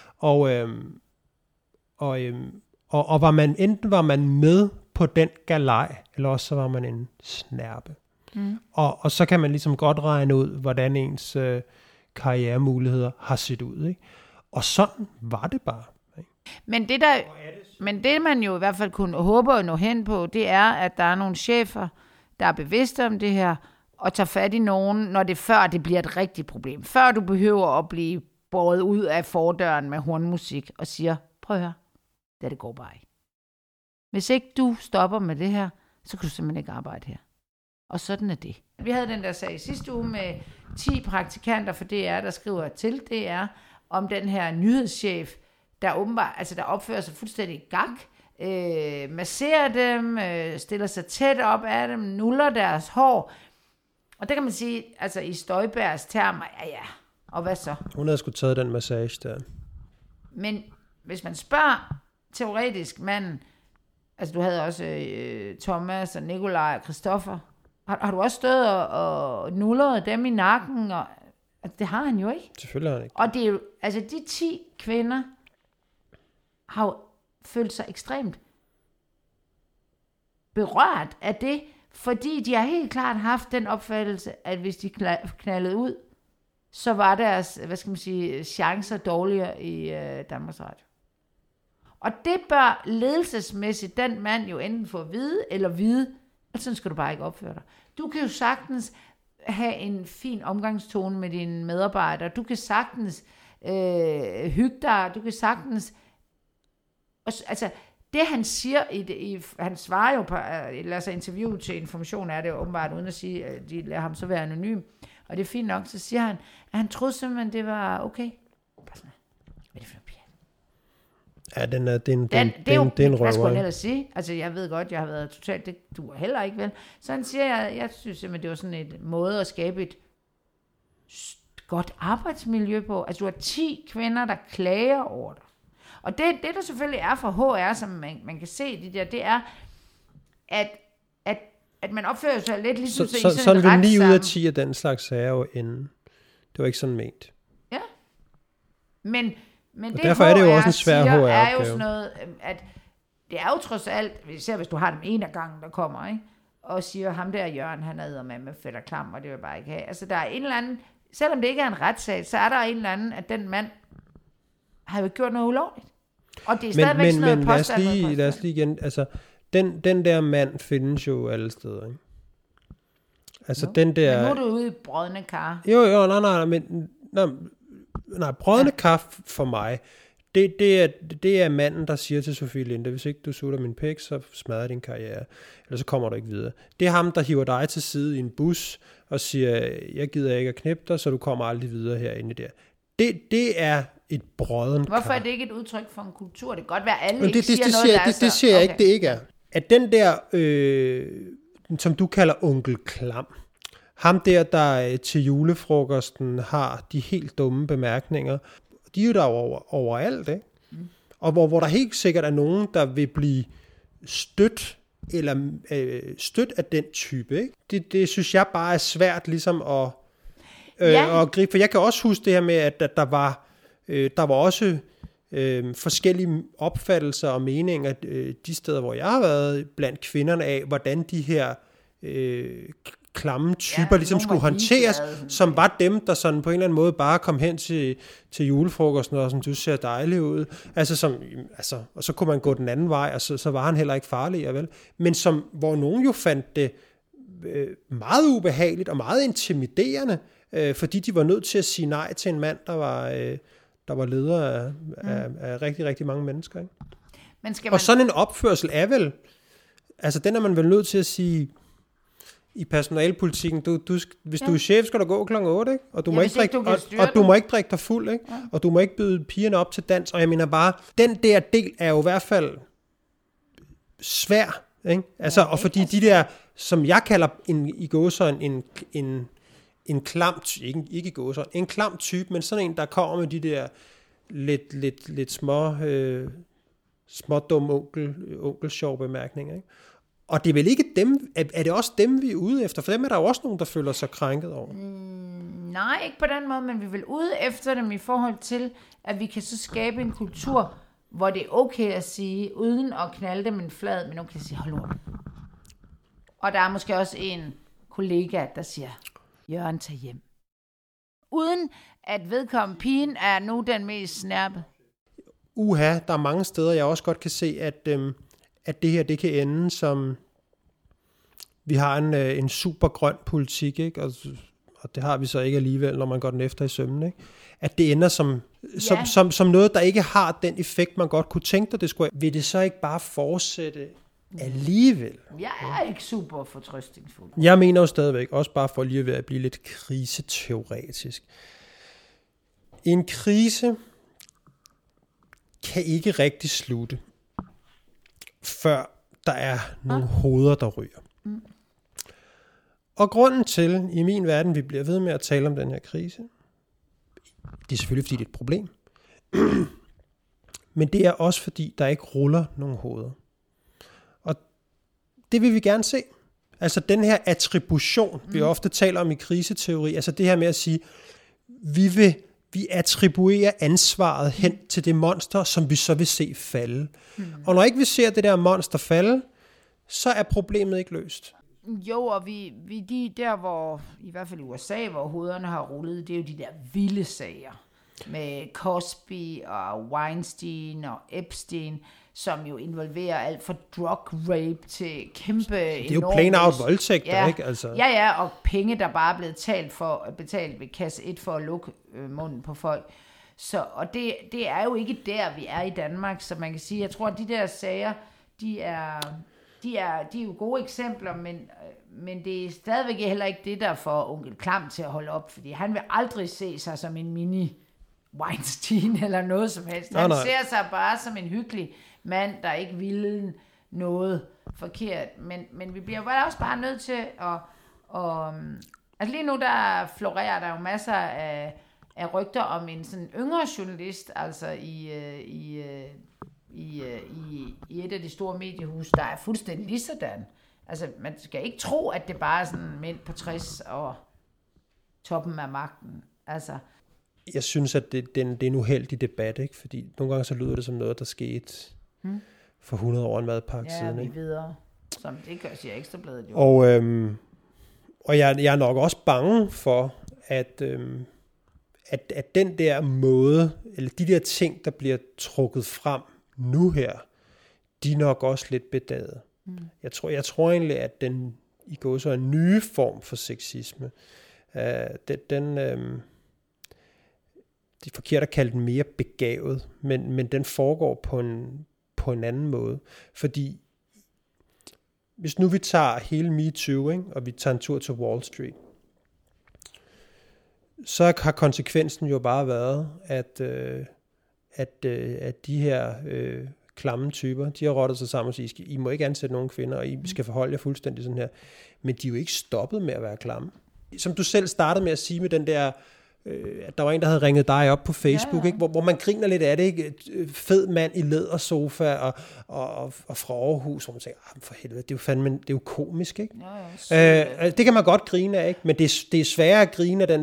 [SPEAKER 1] Og var man, enten var man med på den galej, eller også så var man en snærpe. Mm. Og så kan man ligesom godt regne ud, hvordan ens karrieremuligheder har set ud. Ikke? Og sådan var det bare. Ikke?
[SPEAKER 2] Men det man jo i hvert fald kunne håbe at nå hen på, det er, at der er nogle chefer, der er bevidste om det her, og tager fat i nogen, når det før det bliver et rigtigt problem. Før du behøver at blive båret ud af fordøren med hornmusik og siger, prøv at høre, det går bare ikke. Hvis ikke du stopper med det her, så kan du simpelthen ikke arbejde her. Og sådan er det. Vi havde den der sag i sidste uge med 10 praktikanter for DR, der skriver til DR, om den her nyhedschef, der åbenbart, altså der opfører sig fuldstændig gak, masserer dem, stiller sig tæt op af dem, nuller deres hår. Og det kan man sige, altså i Støjbergs termer, ja, og hvad så?
[SPEAKER 1] Hun havde sgu taget den massage der.
[SPEAKER 2] Men hvis man spørger teoretisk manden, altså du havde også Thomas og Nikolaj og Christoffer, har du også stået og nullet dem i nakken? Og, altså, det har han jo ikke.
[SPEAKER 1] Selvfølgelig har han ikke.
[SPEAKER 2] Og det er jo, altså de 10 kvinder har jo følt sig ekstremt berørt af det, fordi de har helt klart haft den opfattelse, at hvis de knaldede ud, så var deres, hvad skal man sige, chancer dårligere i Danmarks Radio. Og det bør ledelsesmæssigt den mand jo enten få at vide, eller vide, at sådan skal du bare ikke opføre dig. Du kan jo sagtens have en fin omgangstone med dine medarbejdere. Du kan sagtens hygge dig. Du kan sagtens... Altså, det han siger, han svarer jo på, lad os interview til Information, er det jo åbenbart, uden at sige, at de lader ham så være anonym. Og det er fint nok, så siger han, at han troede simpelthen, det var okay. Hvad er det for noget pjat?
[SPEAKER 1] Ja, det er en røver.
[SPEAKER 2] Hvad skulle han ellers sige? Altså, jeg ved godt, jeg har været totalt, det duer heller ikke vel. Så han siger, jeg synes simpelthen, det var sådan et måde at skabe et godt arbejdsmiljø på. Altså, du har 10 kvinder, der klager over dig. Og det der selvfølgelig er for HR, som man kan se, det er, at man opfører sig lidt ligesom i sådan en
[SPEAKER 1] sådan
[SPEAKER 2] retssam.
[SPEAKER 1] 9 ud af 10 af den slags sager jo ende. Det var ikke sådan ment.
[SPEAKER 2] Ja. Men det
[SPEAKER 1] derfor er det jo også en svær HR-opgave.
[SPEAKER 2] er jo sådan noget, at det er jo trods alt, især hvis du har dem en af gangen, der kommer, ikke? Og siger, ham der Jørgen, han er eddermame med fedt og klam, og det vil bare ikke have. Altså der er en eller anden, selvom det ikke er en retssag, så er der en eller anden, at den mand har jo gjort noget ulovligt. Og det er stadigvæk sådan noget påstand.
[SPEAKER 1] Men lad os lige igen, altså den der mand findes jo alle steder, ikke? Altså
[SPEAKER 2] jo.
[SPEAKER 1] den der...
[SPEAKER 2] Men nu er du ude i brødne kar.
[SPEAKER 1] Jo, nej, brødne kar for mig, det er manden, der siger til Sofie Linde, hvis ikke du sutter min pæk, så smadrer din karriere, eller så kommer du ikke videre. Det er ham, der hiver dig til side i en bus, og siger, jeg gider ikke at knippe dig, så du kommer aldrig videre herinde der. Det er et brødden kar.
[SPEAKER 2] Hvorfor er det ikke et udtryk for en kultur? Det kan godt være, alle ikke siger noget,
[SPEAKER 1] det siger jeg ikke, det ikke er. At den der, som du kalder onkel Klam, ham der til julefrokosten har de helt dumme bemærkninger, de er jo der overalt, ikke? Mm. Og hvor der helt sikkert er nogen, der vil blive stødt af den type, ikke? Det synes jeg bare er svært ligesom at gribe. For jeg kan også huske det her med, at der var også forskellige opfattelser og meninger de steder, hvor jeg har været blandt kvinderne af, hvordan de her klamme typer ligesom skulle håndteres, som var dem, der sådan på en eller anden måde bare kom hen til julefrokosten, og som du ser dejlig ud. Og så kunne man gå den anden vej, og så var han heller ikke farlig, vel? Men hvor nogen jo fandt det meget ubehageligt og meget intimiderende, fordi de var nødt til at sige nej til en mand, der var leder af rigtig, rigtig mange mennesker. Ikke?
[SPEAKER 2] Men
[SPEAKER 1] og sådan en opførsel er vel, altså den er man vel nødt til at sige, i personalpolitikken, hvis du er chef, skal du gå kl. 8, ikke? Og du må ikke drikke dig fuld, ikke? Ja. Og du må ikke byde pigerne op til dans, og jeg mener bare, den der del er jo i hvert fald svær, ikke? Altså, og fordi de der, som jeg kalder en klam, ikke gåsøjne, en klam type, men sådan en, der kommer med de der lidt små dumme onkel-sjov bemærkninger, ikke? Og det er vel ikke dem, er det også dem, vi er ude efter? For dem er der jo også nogen, der føler sig krænket over.
[SPEAKER 2] Nej, ikke på den måde, men vi er vel ude efter dem i forhold til, at vi kan så skabe en kultur, hvor det er okay at sige, uden at knalde dem en flad, men okay at sige, hold nu. Og der er måske også en kollega, der siger, Jørgen, tag hjem. Uden at vedkommende pigen er nu den mest snærpet.
[SPEAKER 1] Der er mange steder, jeg også godt kan se, at det her, det kan ende som, vi har en super grøn politik, ikke? Og det har vi så ikke alligevel, når man går den efter i sømmen, ikke? At det ender som noget, der ikke har den effekt, man godt kunne tænke dig, det skulle. Vil det så ikke bare fortsætte alligevel?
[SPEAKER 2] Jeg er ikke super fortrøstningsfuld.
[SPEAKER 1] Jeg mener jo stadigvæk, også bare for lige at blive lidt kriseteoretisk. En krise kan ikke rigtig slutte, før der er nogle hoveder, der ryger. Og grunden til, i min verden, vi bliver ved med at tale om den her krise, det er selvfølgelig, fordi det er et problem. Men det er også, fordi der ikke ruller nogen hoveder. Og det vil vi gerne se. Altså den her attribution, vi ofte taler om i kriseteori, altså det her med at sige, vi attribuerer ansvaret hen til det monster, som vi så vil se falde. Og når ikke vi ser det der monster falde, så er problemet ikke løst.
[SPEAKER 2] Jo, og vi de der, hvor, i hvert fald i USA, hvor hovederne har rullet, det er jo de der vilde sager. Med Cosby og Weinstein og Epstein, som jo involverer alt fra drug rape til kæmpe
[SPEAKER 1] det er jo plain out voldtægter, ikke? Altså.
[SPEAKER 2] Ja, og penge, der bare er blevet betalt ved kasse 1 for at lukke munden på folk. Så, og det er jo ikke der, vi er i Danmark, så man kan sige, jeg tror, at de der sager, de er jo gode eksempler, men det er stadigvæk heller ikke det, der får onkel Klam til at holde op, fordi han vil aldrig se sig som en mini Weinstein eller noget som helst. Han ser sig bare som en hyggelig mand, der ikke ville noget forkert. Men vi bliver vel også bare nødt til at altså lige nu, der florerer der jo masser af rygter om en sådan yngre journalist, altså i et af de store mediehuse, der er fuldstændig lige sådan. Altså, man skal ikke tro, at det bare er sådan mænd på 60 og toppen af magten. Altså.
[SPEAKER 1] Jeg synes, at det er en uheldig debat, ikke? Fordi nogle gange så lyder det som noget, der skete for 100 år en madpakke siden.
[SPEAKER 2] Ja, vi videre. Som det gør, siger Ekstrabladet jo.
[SPEAKER 1] Og jeg er nok også bange for, at den der måde, eller de der ting, der bliver trukket frem nu her, de er nok også lidt bedaget. Jeg tror egentlig, at den i går så en nye form for sexisme, det er forkert at kalde den mere begavet, men den foregår på en anden måde. Fordi hvis nu vi tager hele MeToo, ikke, og vi tager en tur til Wall Street, så har konsekvensen jo bare været, at de her klamme typer, de har rottet sig sammen og siger, I må ikke ansætte nogen kvinder, og I skal forholde jer fuldstændig sådan her. Men de er jo ikke stoppet med at være klamme. Som du selv startede med at sige med den der, at der var en, der havde ringet dig op på Facebook, ikke? Hvor man griner lidt af det, ikke? Fed mand i lædersofa og fra Aarhus, hvor man tænker, for helvede, det er jo fandme, det er jo komisk, ikke? Det kan man godt grine af, ikke? Men det er sværere at grine af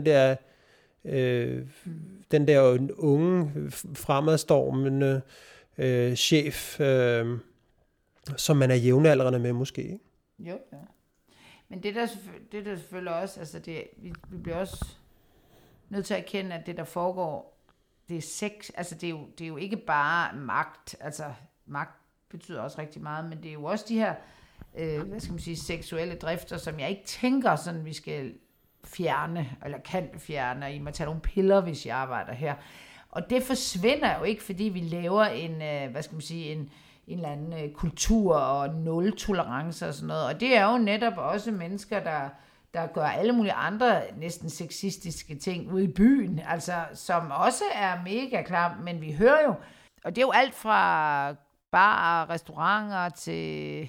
[SPEAKER 1] den der unge, fremadstormende chef, som man er jævnaldrende med måske, ikke?
[SPEAKER 2] Jo, ja. Men det der selvfølgelig også, altså vi bliver også nødt til at erkende, at det der foregår, det er sex, altså det er jo ikke bare magt, altså magt betyder også rigtig meget, men det er jo også de her, seksuelle drifter, som jeg ikke tænker sådan, vi skal fjerne, eller kan fjerne, og I må tage nogle piller, hvis jeg arbejder her. Og det forsvinder jo ikke, fordi vi laver en eller anden kultur og nul-tolerance og sådan noget. Og det er jo netop også mennesker, der gør alle mulige andre næsten sexistiske ting ude i byen, altså som også er mega klar, men vi hører jo, og det er jo alt fra barer, restauranter til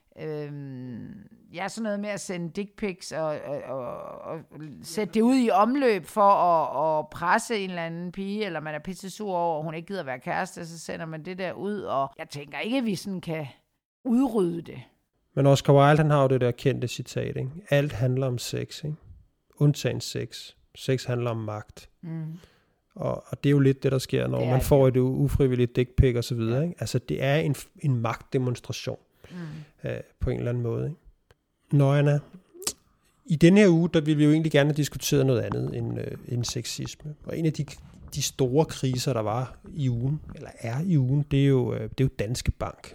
[SPEAKER 2] sådan noget med at sende dick pics og sætte det ud i omløb for at presse en eller anden pige, eller man er pissesur over, og hun ikke gider være kæreste, så sender man det der ud, og jeg tænker ikke, at vi sådan kan udrydde det.
[SPEAKER 1] Men Oscar Wilde, han har jo det der kendte citat, ikke? Alt handler om sex, ikke? Undtagen sex. Sex handler om magt. Mm. Og det er jo lidt det, der sker, når man får et ufrivilligt dick pic og så videre, ikke? Altså, det er en magtdemonstration på en eller anden måde, ikke? Nå, Anna, i denne her uge, der vil vi jo egentlig gerne diskutere noget andet end sexisme. Og en af de store kriser, der var i ugen, eller er i ugen, det er jo Danske Bank,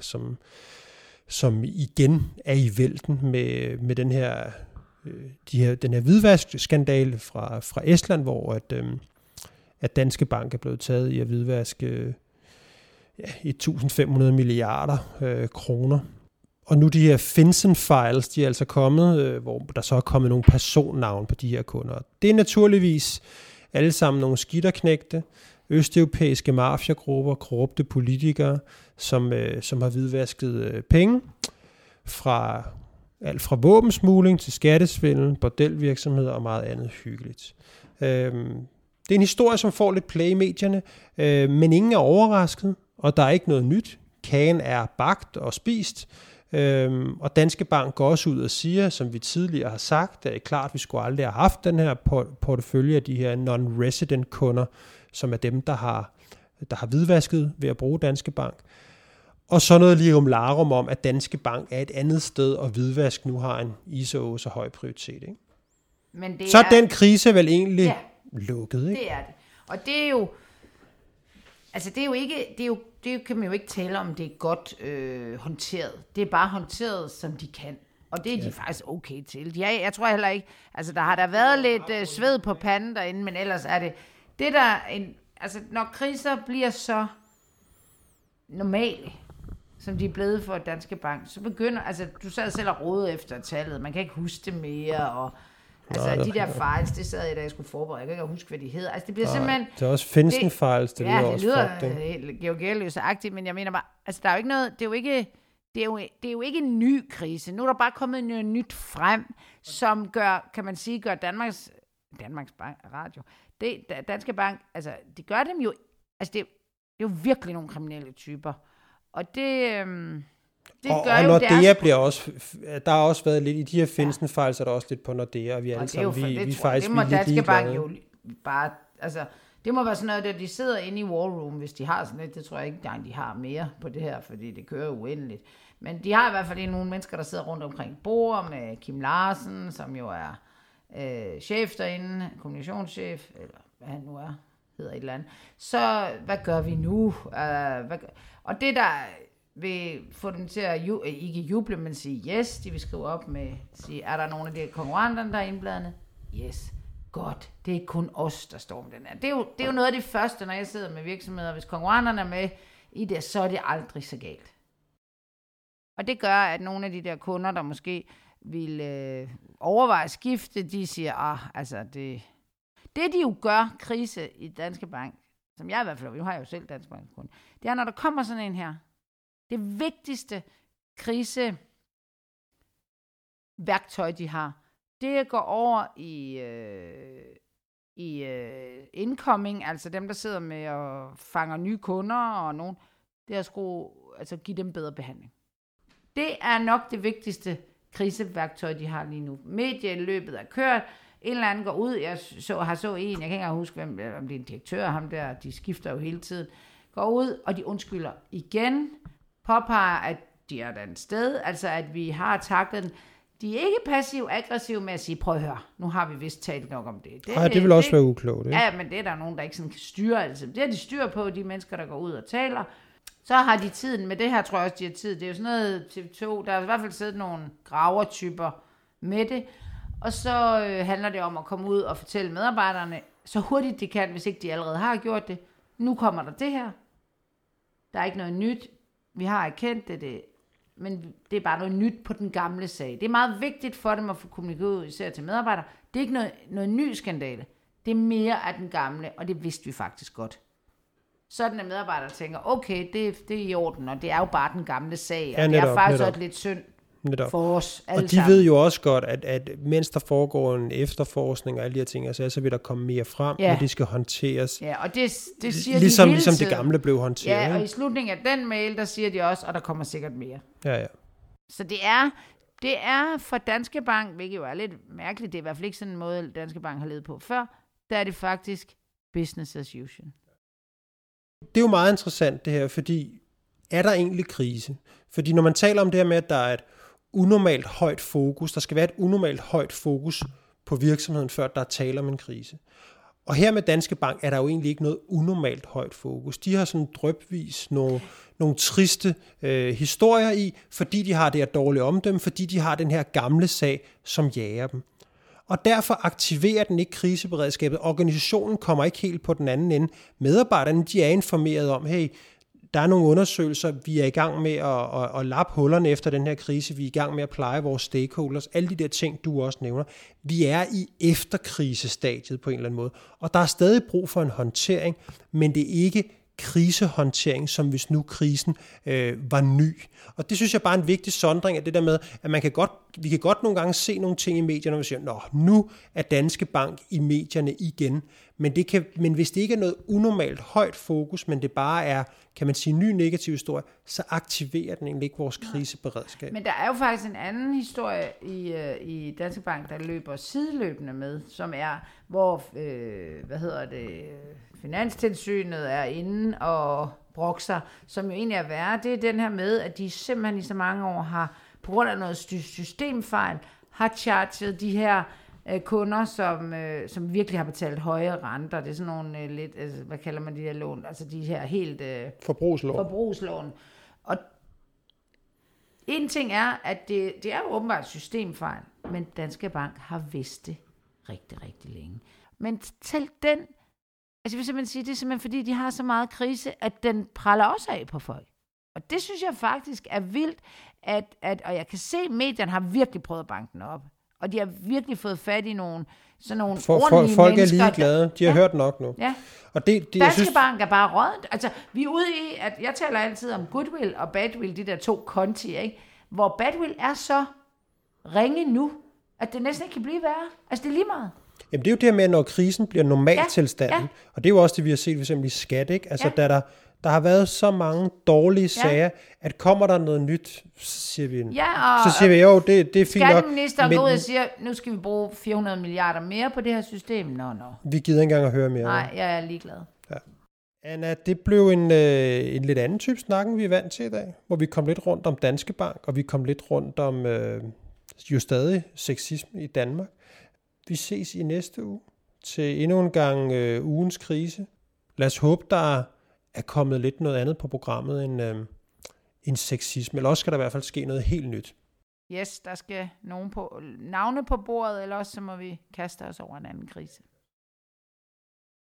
[SPEAKER 1] som igen er i vælten med den her hvidvaskskandale fra Estland, hvor at Danske Bank er blevet taget i at hvidvaske 1.500 milliarder kroner. Og nu de her FinCEN files, de er altså kommet, hvor der så er kommet nogle personnavn på de her kunder. Det er naturligvis alle sammen nogle skitterknægte, østeuropæiske mafiagrupper, korrupte politikere, som har hvidvasket penge fra alt fra våbensmugling til skattesvindel, bordelvirksomheder og meget andet hyggeligt. Det er en historie, som får lidt play i medierne, men ingen er overrasket, og der er ikke noget nyt. Kagen er bagt og spist, og Danske Bank går også ud og siger, som vi tidligere har sagt, det er klart, at vi skulle aldrig have haft den her portefølje af de her non-resident kunder, som er dem, der har hvidvasket ved at bruge Danske Bank. Og så noget lirum larum om, at Danske Bank er et andet sted, og hvidvask nu har en så høj prioritet. Ikke?
[SPEAKER 2] Men
[SPEAKER 1] så er den krise vel egentlig lukket, ikke?
[SPEAKER 2] Det er det. Og det er jo, altså det er jo ikke, det kan man jo ikke tale om, det er godt håndteret. Det er bare håndteret, som de kan. Og det er de faktisk okay til. Jeg tror heller ikke, altså der har der været lidt sved på panden derinde, men ellers er det der, altså når kriser bliver så normale, som de er blevet for Danske Bank, så begynder, altså du sad selv og rode efter tallet, man kan ikke huske det mere, og altså de der files, det sad jeg, da jeg skulle forberede, jeg kan ikke huske, hvad de hedder. Altså det bliver simpelthen...
[SPEAKER 1] Det er også FinCEN files, det lyder også
[SPEAKER 2] fucked. Ja, det lyder georgialøs-agtigt, men jeg mener bare, altså der er jo ikke noget, det er jo ikke en ny krise. Nu er der bare kommet noget nyt frem, som gør Danmarks Bank, Radio, Danske Bank, altså de gør dem jo, altså det er jo virkelig nogle kriminelle typer. Og det gør jo
[SPEAKER 1] Nordea bliver også, der har også været lidt, i de her FinCEN files er der også lidt på Nordea, og vi alle sammen, vi faktisk
[SPEAKER 2] det må Danske Bank jo bare, altså, det må være sådan noget, der de sidder inde i War Room, hvis de har sådan lidt, det tror jeg ikke, de har mere på det her, fordi det kører uendeligt. Men de har i hvert fald nogle mennesker, der sidder rundt omkring bord med Kim Larsen, som jo er chef derinde, kommunikationschef, eller hvad han nu er, hedder et eller andet. Så hvad gør vi nu? Og det der vil få dem til at ikke juble, men sige yes, de vil skrive op med, sige, er der nogle af de konkurrenterne, der er indbladende? Yes. Godt, det er kun os, der står med den her. Det er jo noget af det første, når jeg sidder med virksomheder. Hvis konkurrenterne er med i det, så er det aldrig så galt. Og det gør, at nogle af de der kunder, der måske vil overveje skifte, de siger, altså det de jo gør, krise i Danske Bank, som jeg i hvert fald, nu har jeg jo selv Danske Bank kunde, det er, når der kommer sådan en her, det vigtigste kriseværktøj, de har, det går over i incoming, altså dem, der sidder med og fanger nye kunder og nogen, det er at give dem bedre behandling. Det er nok det vigtigste kriseværktøj, de har lige nu. Medieløbet er kørt, en eller anden går ud, jeg så en, jeg kan ikke engang huske, om det er en direktør, ham der, de skifter jo hele tiden, går ud, og de undskylder igen, påpeger, at de er et andet sted, altså at vi har taklet den. De er ikke passiv-aggressive med at sige, prøv at høre, nu har vi vist talt nok om det.
[SPEAKER 1] Nej, det vil også være uklogt, ikke?
[SPEAKER 2] Ja, men det er der nogen, der ikke sådan kan styre. Altså. Det har de styr på, de mennesker, der går ud og taler. Så har de tiden, med det her tror jeg også, de har tid. Det er jo sådan noget TV2, der har i hvert fald siddet nogle gravertyper med det. Og så handler det om at komme ud og fortælle medarbejderne, så hurtigt de kan, hvis ikke de allerede har gjort det. Nu kommer der det her. Der er ikke noget nyt. Vi har erkendt det, men det er bare noget nyt på den gamle sag. Det er meget vigtigt for dem at få kommunikeret ud, især til medarbejdere. Det er ikke noget ny skandale. Det er mere af den gamle, og det vidste vi faktisk godt. Sådan at medarbejdere tænker, okay, det er i orden, og det er jo bare den gamle sag, og det er faktisk også lidt synd for os alle
[SPEAKER 1] og de ved jo også godt, at mens der foregår en efterforskning og alle de her ting, så vil der komme mere frem, og det skal håndteres.
[SPEAKER 2] Ja, og det siger
[SPEAKER 1] ligesom,
[SPEAKER 2] de
[SPEAKER 1] ligesom det gamle blev håndteret.
[SPEAKER 2] Ja, og i slutningen af den mail, der siger de også, og der kommer sikkert mere.
[SPEAKER 1] Ja.
[SPEAKER 2] Så det er for Danske Bank, hvilket jo er lidt mærkeligt, det er i hvert fald ikke sådan en måde, Danske Bank har levet på før, der er det faktisk business as usual.
[SPEAKER 1] Det er jo meget interessant det her, fordi er der egentlig krise? Fordi når man taler om det her med, at der er et unormalt højt fokus, der skal være et unormalt højt fokus på virksomheden, før der er tale om en krise. Og her med Danske Bank er der jo egentlig ikke noget unormalt højt fokus. De har sådan drypvis nogle triste historier i, fordi de har det her dårlige omdømme, fordi de har den her gamle sag, som jager dem. Og derfor aktiverer den ikke kriseberedskabet. Organisationen kommer ikke helt på den anden ende. Medarbejderne, de er informeret om, hey, der er nogle undersøgelser, vi er i gang med at lappe hullerne efter den her krise, vi er i gang med at pleje vores stakeholders, alle de der ting, du også nævner. Vi er i efterkrisestadiet på en eller anden måde, og der er stadig brug for en håndtering, men det er ikke krisehåndtering, som hvis nu krisen var ny. Og det synes jeg bare er en vigtig sondring af det der med, at vi kan godt nogle gange se nogle ting i medierne, og vi siger, nu er Danske Bank i medierne igen. Men hvis det ikke er noget unormalt højt fokus, men det bare er, kan man sige, ny negativ historie, så aktiverer den egentlig ikke vores kriseberedskab.
[SPEAKER 2] Men der er jo faktisk en anden historie i Danske Bank, der løber sideløbende med, som er, hvor, Finanstilsynet er inde og brokser, som jo egentlig er værre. Det er den her med, at de simpelthen i så mange år har, på grund af noget systemfejl, har charget de her kunder, som virkelig har betalt høje renter. Det er sådan nogle lidt, altså, hvad kalder man de her lån? Altså de her helt forbrugslån. Og en ting er, at det er jo åbenbart systemfejl, men Danske Bank har vidst det rigtig, rigtig længe. Men til den, altså jeg vil simpelthen sige, det er simpelthen fordi, de har så meget krise, at den praller også af på folk. Og det synes jeg faktisk er vildt, og jeg kan se, at medierne har virkelig prøvet at banke den op. Og de har virkelig fået fat i nogle ordentlige
[SPEAKER 1] folk
[SPEAKER 2] mennesker.
[SPEAKER 1] Folk er ligeglade. De har hørt nok nu.
[SPEAKER 2] Ja.
[SPEAKER 1] Og
[SPEAKER 2] Danske Bank er bare rådent. Altså, vi er ude i, at jeg taler altid om goodwill og badwill, de der to konti, ikke? Hvor badwill er så ringe nu, at det næsten ikke kan blive værre. Altså, det er lige meget.
[SPEAKER 1] Jamen, det er jo det her med, når krisen bliver normaltilstanden. Og det er jo også det, vi har set for eksempel i skat, ikke? Altså, da der har været så mange dårlige sager, at kommer der noget nyt, så siger vi, det er fint nok.
[SPEAKER 2] Skatteministeren går ud og siger, nu skal vi bruge 400 milliarder mere på det her system. Nå.
[SPEAKER 1] Vi gider ikke engang at høre mere.
[SPEAKER 2] Nej, jeg er ligeglad.
[SPEAKER 1] Ja. Anna, det blev en lidt anden type snakken, vi er vant til i dag, hvor vi kom lidt rundt om Danske Bank, og vi kom lidt rundt om jo stadig sexisme i Danmark. Vi ses i næste uge til endnu en gang ugens krise. Lad os håbe, der er kommet lidt noget andet på programmet end sexisme, eller også skal der i hvert fald ske noget helt nyt.
[SPEAKER 2] Yes, der skal navne på bordet, eller også så må vi kaste os over en anden krise.